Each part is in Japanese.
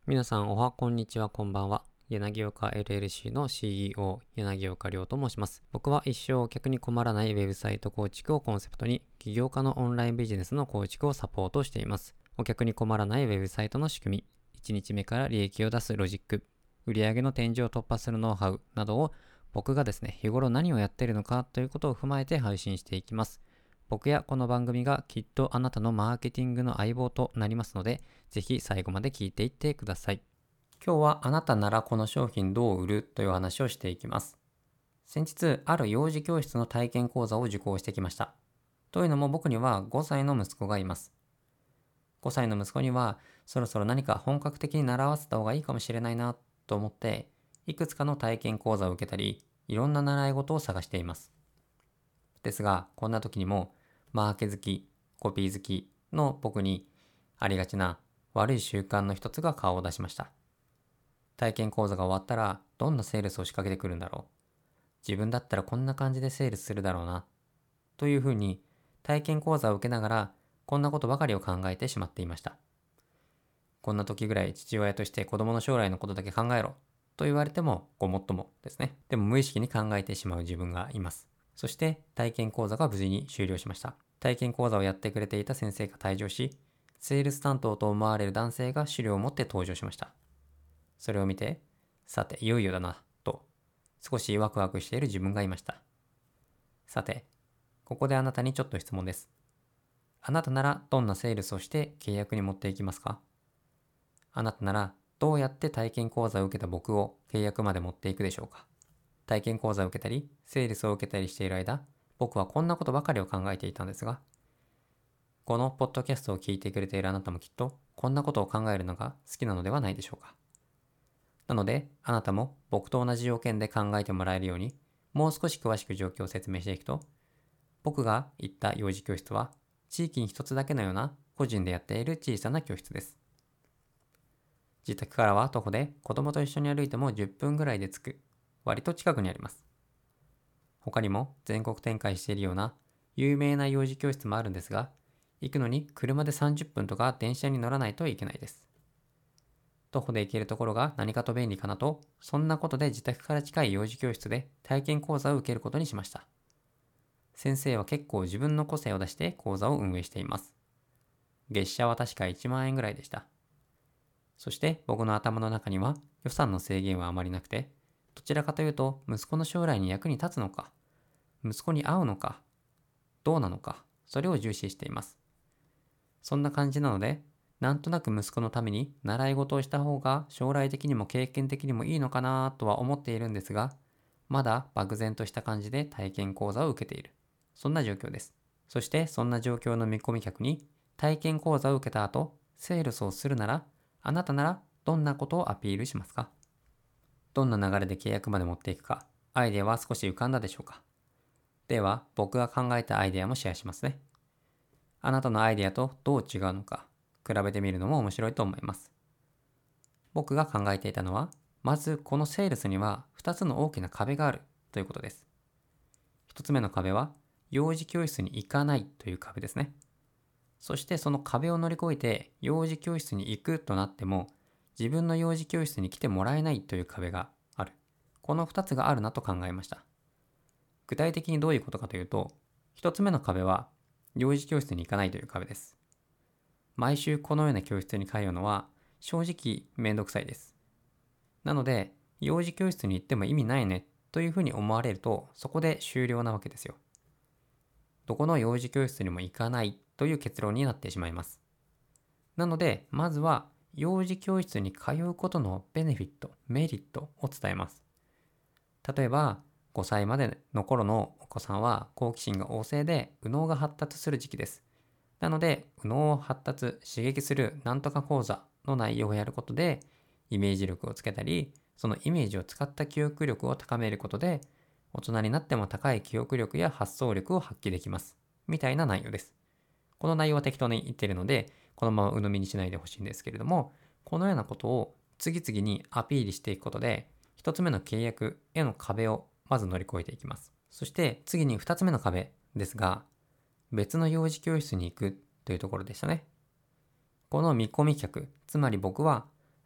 皆さんおはこんにちはこんばんは。柳岡 LLC の CEO 柳岡亮と申します。僕は一生お客に困らないウェブサイト構築をコンセプトに起業家のオンラインビジネスの構築をサポートしています。お客に困らないウェブサイトの仕組み、1日目から利益を出すロジック、売上の天井を突破するノウハウなどを僕がですね、日頃何をやっているのかということを踏まえて配信していきます。僕やこの番組がきっとあなたのマーケティングの相棒となりますので、ぜひ最後まで聞いていってください。今日はあなたならこの商品どう売るという話をしていきます。先日、ある幼児教室の体験講座を受講してきました。というのも僕には5歳の息子がいます。5歳の息子にはそろそろ何か本格的に習わせた方がいいかもしれないなと思って、いくつかの体験講座を受けたり、いろんな習い事を探しています。ですが、こんな時にもマーケ好き、コピー好きの僕にありがちな悪い習慣の一つが顔を出しました。体験講座が終わったらどんなセールスを仕掛けてくるんだろう。自分だったらこんな感じでセールスするだろうな。というふうに体験講座を受けながらこんなことばかりを考えてしまっていました。こんな時ぐらい父親として子供の将来のことだけ考えろと言われてもごもっともですね。でも無意識に考えてしまう自分がいます。そして体験講座が無事に終了しました。体験講座をやってくれていた先生が退場し、セールス担当と思われる男性が資料を持って登場しました。それを見て、さていよいよだなと少しワクワクしている自分がいました。さて、ここであなたにちょっと質問です。あなたならどんなセールスをして契約に持っていきますか？あなたならどうやって体験講座を受けた僕を契約まで持っていくでしょうか？体験講座を受けたり、セールスを受けたりしている間、僕はこんなことばかりを考えていたんですが、このポッドキャストを聞いてくれているあなたもきっとこんなことを考えるのが好きなのではないでしょうか。なので、あなたも僕と同じ条件で考えてもらえるように、もう少し詳しく状況を説明していくと、僕が行った幼児教室は、地域に一つだけのような個人でやっている小さな教室です。自宅からは徒歩で子供と一緒に歩いても10分ぐらいで着く、割と近くにあります。他にも全国展開しているような有名な幼児教室もあるんですが、行くのに車で30分とか電車に乗らないといけないです。徒歩で行けるところが何かと便利かなと、そんなことで自宅から近い幼児教室で体験講座を受けることにしました。先生は結構自分の個性を出して講座を運営しています。月謝は確か1万円ぐらいでした。そして僕の頭の中には予算の制限はあまりなくて、どちらかというと息子の将来に役に立つのか、息子に合うのか、どうなのか、それを重視しています。そんな感じなので、なんとなく息子のために習い事をした方が将来的にも経験的にもいいのかなとは思っているんですが、まだ漠然とした感じで体験講座を受けている。そんな状況です。そしてそんな状況の見込み客に体験講座を受けた後、セールスをするなら、あなたならどんなことをアピールしますか？どんな流れで契約まで持っていくか、アイデアは少し浮かんだでしょうか？では、僕が考えたアイデアもシェアしますね。あなたのアイデアとどう違うのか、比べてみるのも面白いと思います。僕が考えていたのは、まずこのセールスには2つの大きな壁があるということです。1つ目の壁は、幼児教室に行かないという壁ですね。そしてその壁を乗り越えて幼児教室に行くとなっても、自分の幼児教室に来てもらえないという壁がある。この2つがあるなと考えました。具体的にどういうことかというと、1つ目の壁は、幼児教室に行かないという壁です。毎週このような教室に通うのは正直めんどくさいです。なので、幼児教室に行っても意味ないねというふうに思われると、そこで終了なわけですよ。どこの幼児教室にも行かないという結論になってしまいます。なので、まずは幼児教室に通うことのベネフィット、メリットを伝えます。例えば、5歳までの頃のお子さんは好奇心が旺盛で右脳が発達する時期です。なので、右脳を発達、刺激するなんとか講座の内容をやることで、イメージ力をつけたり、そのイメージを使った記憶力を高めることで、大人になっても高い記憶力や発想力を発揮できます。みたいな内容です。この内容は適当に言っているので、このまま鵜呑みにしないでほしいんですけれども、このようなことを次々にアピールしていくことで、一つ目の契約への壁をまず乗り越えていきます。そして次に二つ目の壁ですが、別の幼児教室に行くというところでしたね。この見込み客、つまり僕は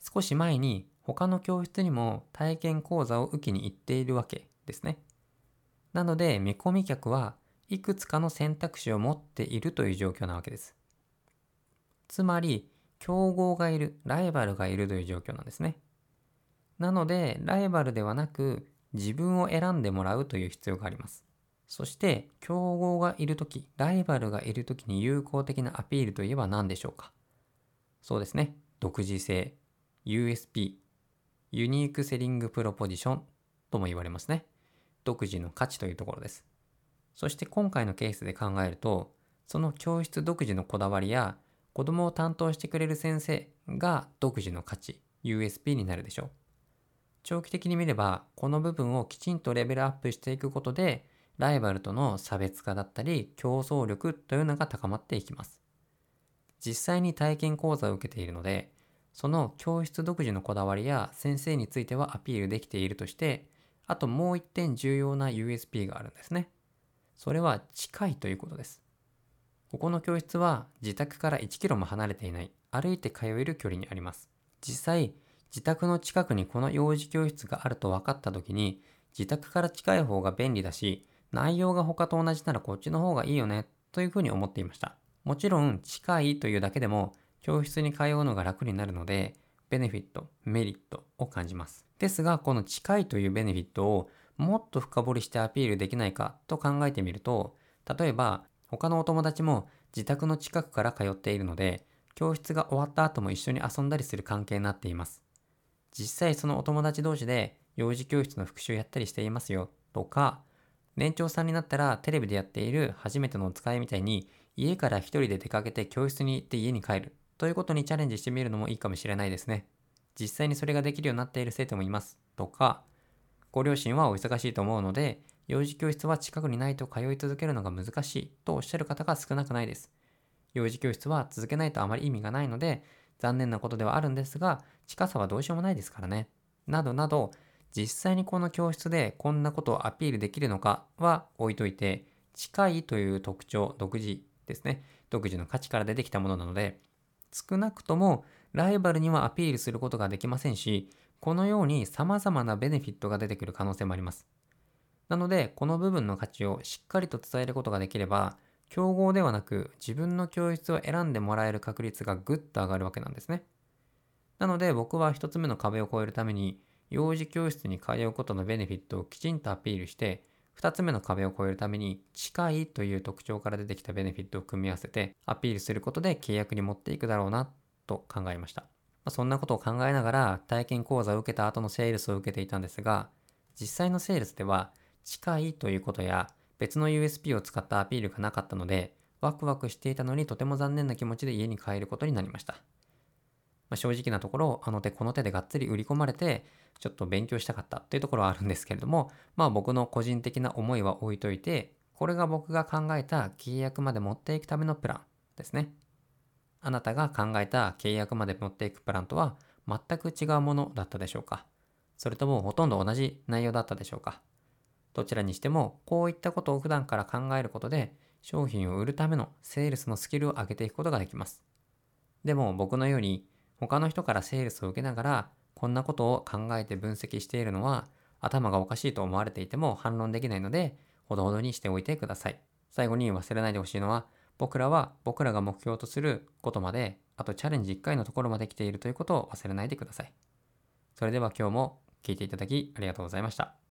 少し前に他の教室にも体験講座を受けに行っているわけですね。なので見込み客はいくつかの選択肢を持っているという状況なわけです。つまり競合がいる、ライバルがいるという状況なんですね。なのでライバルではなく自分を選んでもらうという必要があります。そして競合がいるとき、ライバルがいるときに有効的なアピールといえば何でしょうか。そうですね。独自性、USP、ユニークセリングプロポジションとも言われますね。独自の価値というところです。そして今回のケースで考えると、その教室独自のこだわりや子供を担当してくれる先生が独自の価値、USP になるでしょう。長期的に見れば、この部分をきちんとレベルアップしていくことで、ライバルとの差別化だったり競争力というのが高まっていきます。実際に体験講座を受けているので、その教室独自のこだわりや先生についてはアピールできているとして、あともう一点重要な USP があるんですね。それは近いということです。ここの教室は自宅から1キロも離れていない、歩いて通える距離にあります。実際、自宅の近くにこの幼児教室があると分かった時に、自宅から近い方が便利だし、内容が他と同じならこっちの方がいいよね、というふうに思っていました。もちろん近いというだけでも教室に通うのが楽になるので、ベネフィット、メリットを感じます。ですが、この近いというベネフィットをもっと深掘りしてアピールできないかと考えてみると、例えば他のお友達も自宅の近くから通っているので、教室が終わった後も一緒に遊んだりする関係になっています。実際そのお友達同士で幼児教室の復習やったりしていますよとか、年長さんになったらテレビでやっている初めてのお使いみたいに家から一人で出かけて教室に行って家に帰るということにチャレンジしてみるのもいいかもしれないですね。実際にそれができるようになっている生徒もいますとか、ご両親はお忙しいと思うので幼児教室は近くにないと通い続けるのが難しいとおっしゃる方が少なくないです。幼児教室は続けないとあまり意味がないので残念なことではあるんですが、近さはどうしようもないですからね。などなど、実際にこの教室でこんなことをアピールできるのかは置いといて、近いという特徴、独自ですね。独自の価値から出てきたものなので、少なくともライバルにはアピールすることができませんし、このように様々なベネフィットが出てくる可能性もあります。なので、この部分の価値をしっかりと伝えることができれば、競合ではなく自分の教室を選んでもらえる確率がぐっと上がるわけなんですね。なので僕は一つ目の壁を越えるために幼児教室に通うことのベネフィットをきちんとアピールして、二つ目の壁を越えるために近いという特徴から出てきたベネフィットを組み合わせてアピールすることで契約に持っていくだろうなと考えました。そんなことを考えながら体験講座を受けた後のセールスを受けていたんですが、実際のセールスでは近いということや別の USP を使ったアピールがなかったので、ワクワクしていたのにとても残念な気持ちで家に帰ることになりました。正直なところ、あの手この手でがっつり売り込まれて、ちょっと勉強したかったというところはあるんですけれども、僕の個人的な思いは置いといて、これが僕が考えた契約まで持っていくためのプランですね。あなたが考えた契約まで持っていくプランとは全く違うものだったでしょうか。それともほとんど同じ内容だったでしょうか。どちらにしても、こういったことを普段から考えることで、商品を売るためのセールスのスキルを上げていくことができます。でも僕のように、他の人からセールスを受けながら、こんなことを考えて分析しているのは、頭がおかしいと思われていても反論できないので、ほどほどにしておいてください。最後に忘れないでほしいのは、僕らは僕らが目標とすることまで、あとチャレンジ1回のところまで来ているということを忘れないでください。それでは今日も聞いていただきありがとうございました。